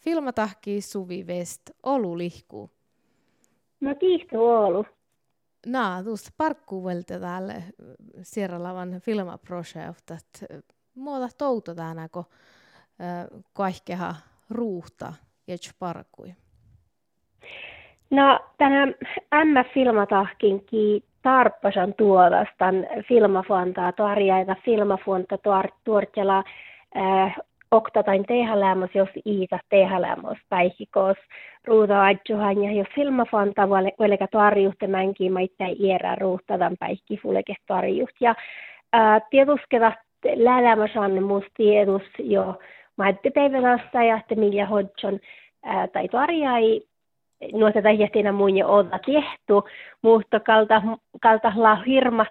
filmatahki Suvi West, Olu lihkuu. No kiitos Oulu. Tuosta parkkuuvelta täällä Sierra-Lavan filmaprojektat. Muuta touto tänään, kun kaikkeha ruuhta ja parkkui. No tänä M-filmatahkinkin tarppasan tuodastan filmafontaa tuoriaita filmafonta tuortjala oktatain tehdälämös, jos iitä tehdälämös päihikos ruuta adjuhan ja jos filmafonta voilega tuorjuhte mänkin maittain iärä ruuhtadan päihkifuleke tuorjuht. Ja tietuskeda lälämösan musta tiedus jo maittepäivänasta ja että millä hodjon tai tuoriai nuota tähjähtinä muun jo olla tehty, mutta kalta hirma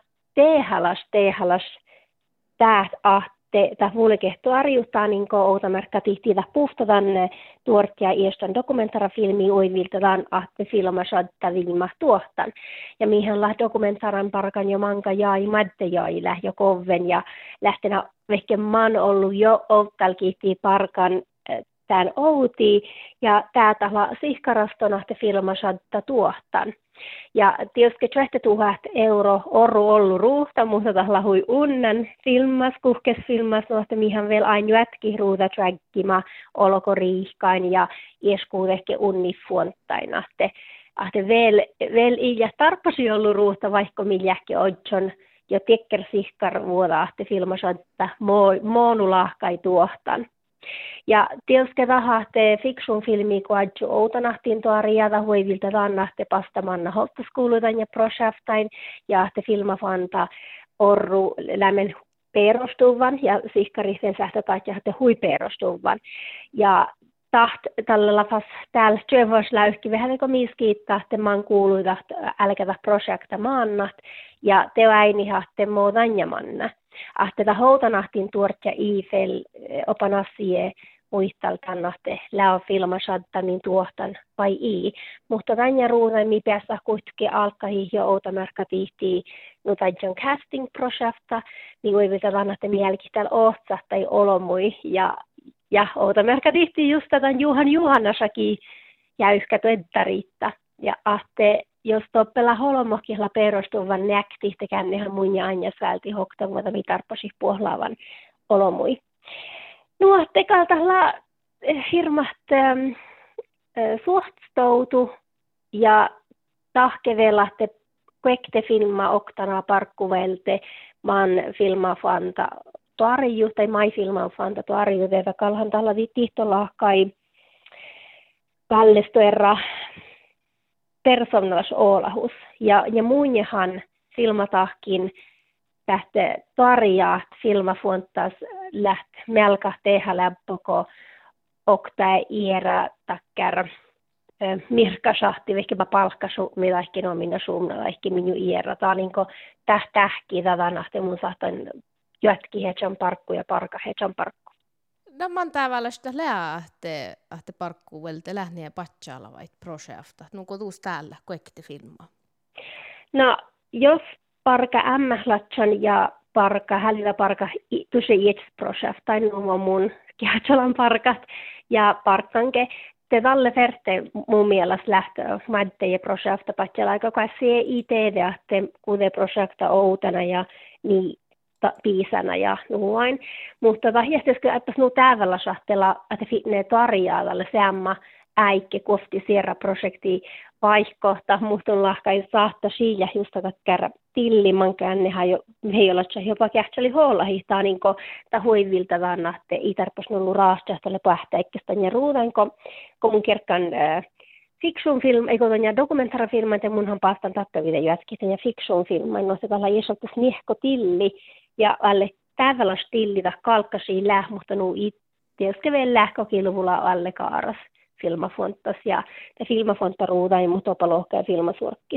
tehalas täät ahte ta vulkehtu arjuttaa niin ko outamerkka tihtiitä puhtadan tuortia iestan dokumentarafilmi oiviltadan ahte filmasadta vilma tuohtan. Ja mihin lah dokumentaran parkan jo manka jäi madde jäi jo koven ja lähtenä vehken man ollut jo outtalkihti parkan tämän outi ja tää tahla sihkarastona te filmasadta tuohtan. Ja tietysti 20 € orru ollut ruuhta, mutta tahla hui unnan kuhkesfilmas, nohta mihän vielä aina jätki ruuta traggima oloko riihkain ja ieskuut ehkä unnifuontain. Ahte vielä ilja tarppasi ollut ruuhta, vaikka milläkin odjon jo tekker sihkar vuoda ahte filmasadta moonulahkai tuohtan. Ja tietysti rahahte fiksun filmi, kun adju outanahtiin tuo riada huivilta tannahte pastamanna hottaskuulutan ja projeftain ja te filmafanta orru lämmen perustuvan ja sihkarisen sähtötaatjahte hui perustuvan. Ja tällä lafas täällä työvuosläyhki vähän niin kuin miskiittaa, että maan kuuluita älkätä projekta maannat ja te äinihahte muutanjamanna. Ahteta houtanahtiin tuortja iifel opanassie muistaltanahte läo filmasadtanin tuohtan vai ei. Mutta tänne ruudan mi päässä kuitenkin alkahi jo outamärkä tihtii nutajan casting projekta, niin voi vielä annahte mielki täällä ootsa tai olomui ja outamärkä tihtii just tämän Juhannasakin jäyskät eddariitta. Ja ahte jos toppela holmokilla perustuvan näkti, tekännehän mun ja Anjas välti hoktavuota mitarpasi puohlaavan olomui. No, tekaltalla hirmat suhtstoutu ja tahkevelatte kuekte filma oktana parkkuvelte maan filmafanta tuariju tai mai filmafanta tuariju teitä kalhan tällä tihtolahkai pallestoerra persoonalas oolahus. Ja muunjahan filmatahkin tähte tarjaa filmafuontas läht melka tehdä läppoko oktaa iärä takkar mirkasahti, vehkipä palkkasu, mitäkin on minä suunnalla, ehkä minun iärä. Tämä on niin kuin tähtähki, tätä nähti mun sahtan jätki hetsan parkku ja parka hetsan parkku. No man tavalla sitä lähte parkkuuvelta lähneen patsaalla vai projekta. Nuko tuus täällä koekte filmaa? No, jos parka M-latsan ja parka, hälyvä parka, tuossa projekta, niin on mun kihatsalan parkat ja parkkanke. Te tälle ferte mun mielestä lähtee madde projekta patsaalla aika kai se itse, että kuten projekta outana ja niin piisana ja nuoin. Mutta tahjastisiko, että nu täällä sahtella, että ne tarjaa tälle seamma äikke kohti Sierra-projektiin vaihkohta, mutta on lahkai saattaa siillä just kerran tilliman käännehän jo heijolatsa jopa kähtseli huolla hiihtaa niin kuin huivilta vannatte itarpas nullu raastajastalle pähtäikkestä ja ruudanko mun kirkkaan fiksun film, eikö tonya dokumentarifilman, että munhan paastan tattavide jätkiten ja fiksun filman, no se tällä isolta sniehko tilli ja alle tävällä stillitä kalkkasi lähmuhta nuu itse vielä lähkokiluvulla alle kaaras filmafontas ja filmafonta ruudain mutopalohka ja filmasuokkis.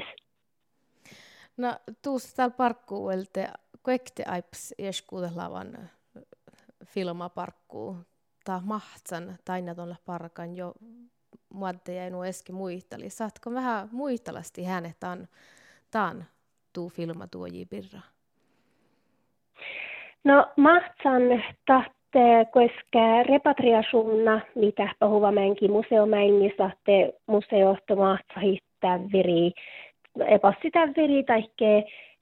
No tuossa täällä parkkuuelta, kuekte aips eskuudelavan filmaparkkuu, tai mahtsan taina tuolla parkan jo muodde jäi nuo eski muistali. Saatko vähän muistalasti hänet taan tuu filma tuo jipirra? No mahtsan koska repatriasunna, mitä puhuvamäänkin museomäängissä, te museohtomaatsa hittää viri, epassi täviri taikkee,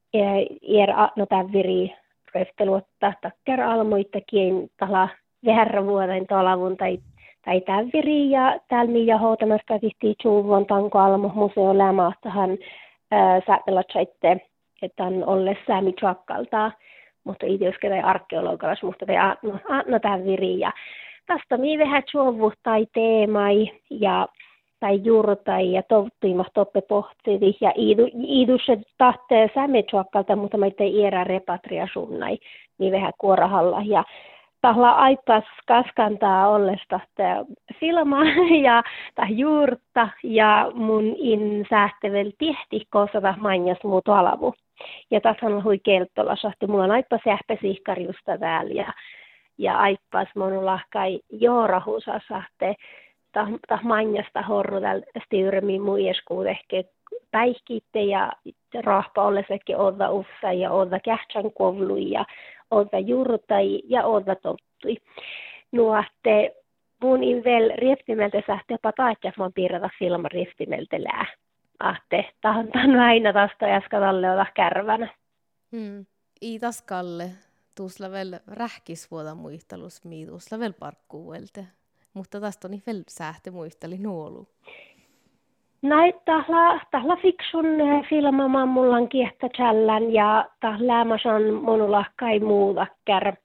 no täviri röfteluotta takkar almoittakin tala vähärrävuoden talavun tai täviri ja tälmi ja houtamasta tihtii tjuuvon tanko almo museo lämahtahan säätelätsaitte, että on olle säämi tjakkaltaa, mutta itse tai arkeologalas, mutta te no täviri ja tästä mi vähän tjuovu tai teemai ja tai juurtai ja touttuimmat toppe pohtii ja iidukset tahtee sämetsuakkalta, mutta mä ei iärä repatriasunnai, niin vähän kuorahalla. Ja tahla aipas kaskantaa ollesta filma ja tai juurta ja mun in sähtevel tihti kosata mainjas muut alavu. Ja tässä on hui keltolla, että mulla on aipas sähpäsihkarjusta täällä ja aipas monulahkai joorahusasa, että tah manjasta horru tällä styrmi muieskuut ehkä päihkiitte ja rahpa ollesekin odda ufsa ja odda kähtsän kovlu ja odda juurtai ja odda tottui. Nuotte mun invel rieftimeltä sähtee pataatja, mä piirrata filma rieftimeltä lää. Ahte, tahan aina tästä jaskatalle olla kärvänä. Iitas Kalle, tuusla väl rähkisvuoda muistelus miituusla väl parkkuuelte. Mutta tästä on niin vielä sähte muisteli nuolu. Näin tahla fiksun filmamaan mullan kiehtächällän ja tahlämäs on monulahkai muudakkär.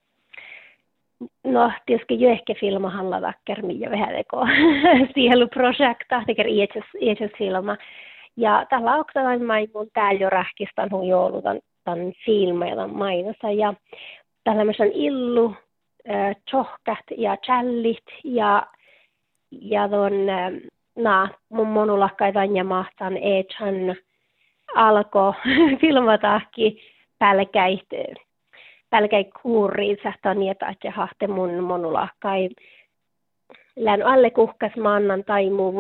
No, tietysti jo ehkä filmahalla takkär, mikä vähän teko sieluprojekta, teker iätses filma. Ja tahla oksataan mun täällä jo rähkistan hun joulutan tämän filma ja tämän mainosa. Ja tahlämäs on illu, tjohkat ja challit ja ton mun monulakkaitan ja mahtan ethan alko filmatahki pälkäi kuuriin sähtän ja hahte mun monulakkai län alle kuhkas mannan tai muu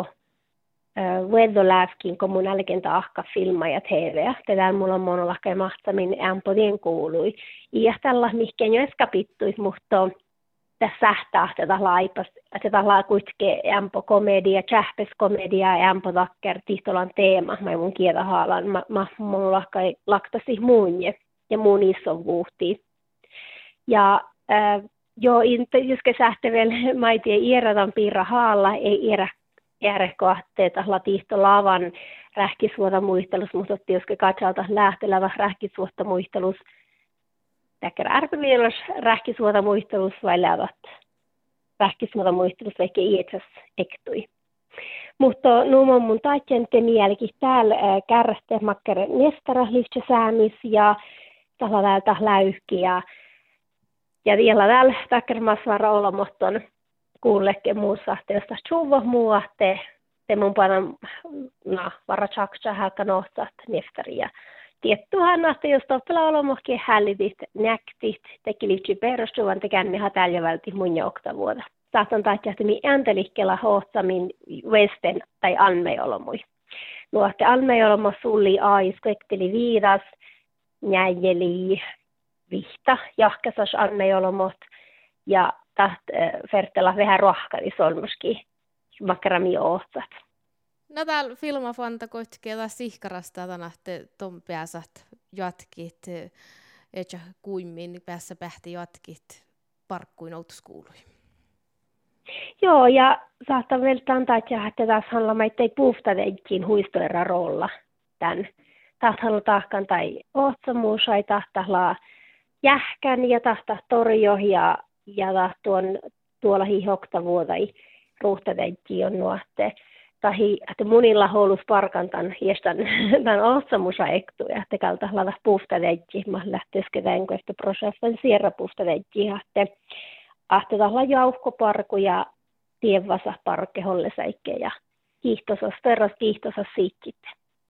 veddo läskin kun mun älkeentä ahka filma ja TV. Tätä mulla on monulakkai mahtamin ämpodien kuului. Ja tällä mihkään jo eskapittuis, mutta tässä sähtää tätä laipas. Tätä kuitenkin ämpo komedia, tjähpes komedia, ämpo takker, tihtolan teema. Mä mun kielä haalan. Mä monulakkai laktasi muunje ja mun iso vuhti. Ja joo, jos sähtevel maitie ieradan piirra haalla, ei järjekoahteita tihto-lavan rähkisvuota muistelus, mutta jos katsalta lähtelevä rähkisvuotta muistelus, täkkär ärpyvielos rähkisvuota muistelus vai lävät rähkisvuota muistelus, vaikka iätsäs ektui. Mutta nuumon mun taitjenten jälki täällä kärräste makkar nestara lihtsä säämis ja tällä täältä läyhki ja vielä täällä täkkär masvara olomotton kuullekke muussa, josta tjuvo muu, te mun panan varra tjaksa hälkä nohtaat neftaria. Tiettuhan, että jos toppela olomohki hällitit, näktit, teki liittyy perustuvan, te känniha tällä välti mun ja oktavuoda. Saatan taitjahti mi äntelikkellä hohtsamin vesten tai almeiolomui. Nuotte almeiolomo sulli ais, kvekteli viidas, näjeli vihta, jahkasas almeiolomot ja taht fertellä vähän rohkari solmuskin makarami ohtsat. No täällä filmafanta koitkee taas sihkarasta tänahte ton pääsät jatkit, etkä kuimmin päässä pähti jatkit parkkuin outuskuului. Joo, ja saattaa vielä antaa, että tässä on ei puhtadekin huistoerä rolla tämän. Tahtaa tahkan tai ohtsamuus, tai tahtaa jähkän ja tahtaa torjo ja tuolla hihoktavuodai ruhtadeikki on nuotte. Tai että munilla holus parkantan hiestan tämän ohtsamusa ektuja, että kalta lada puhtadeikki, mä lähtisikö tämän koista prosessin sierra puhtadeikki, että tahla jauhkoparku ja tievasa parkke hollesaikke ja kiihtosas, verras kiihtosas siikkit.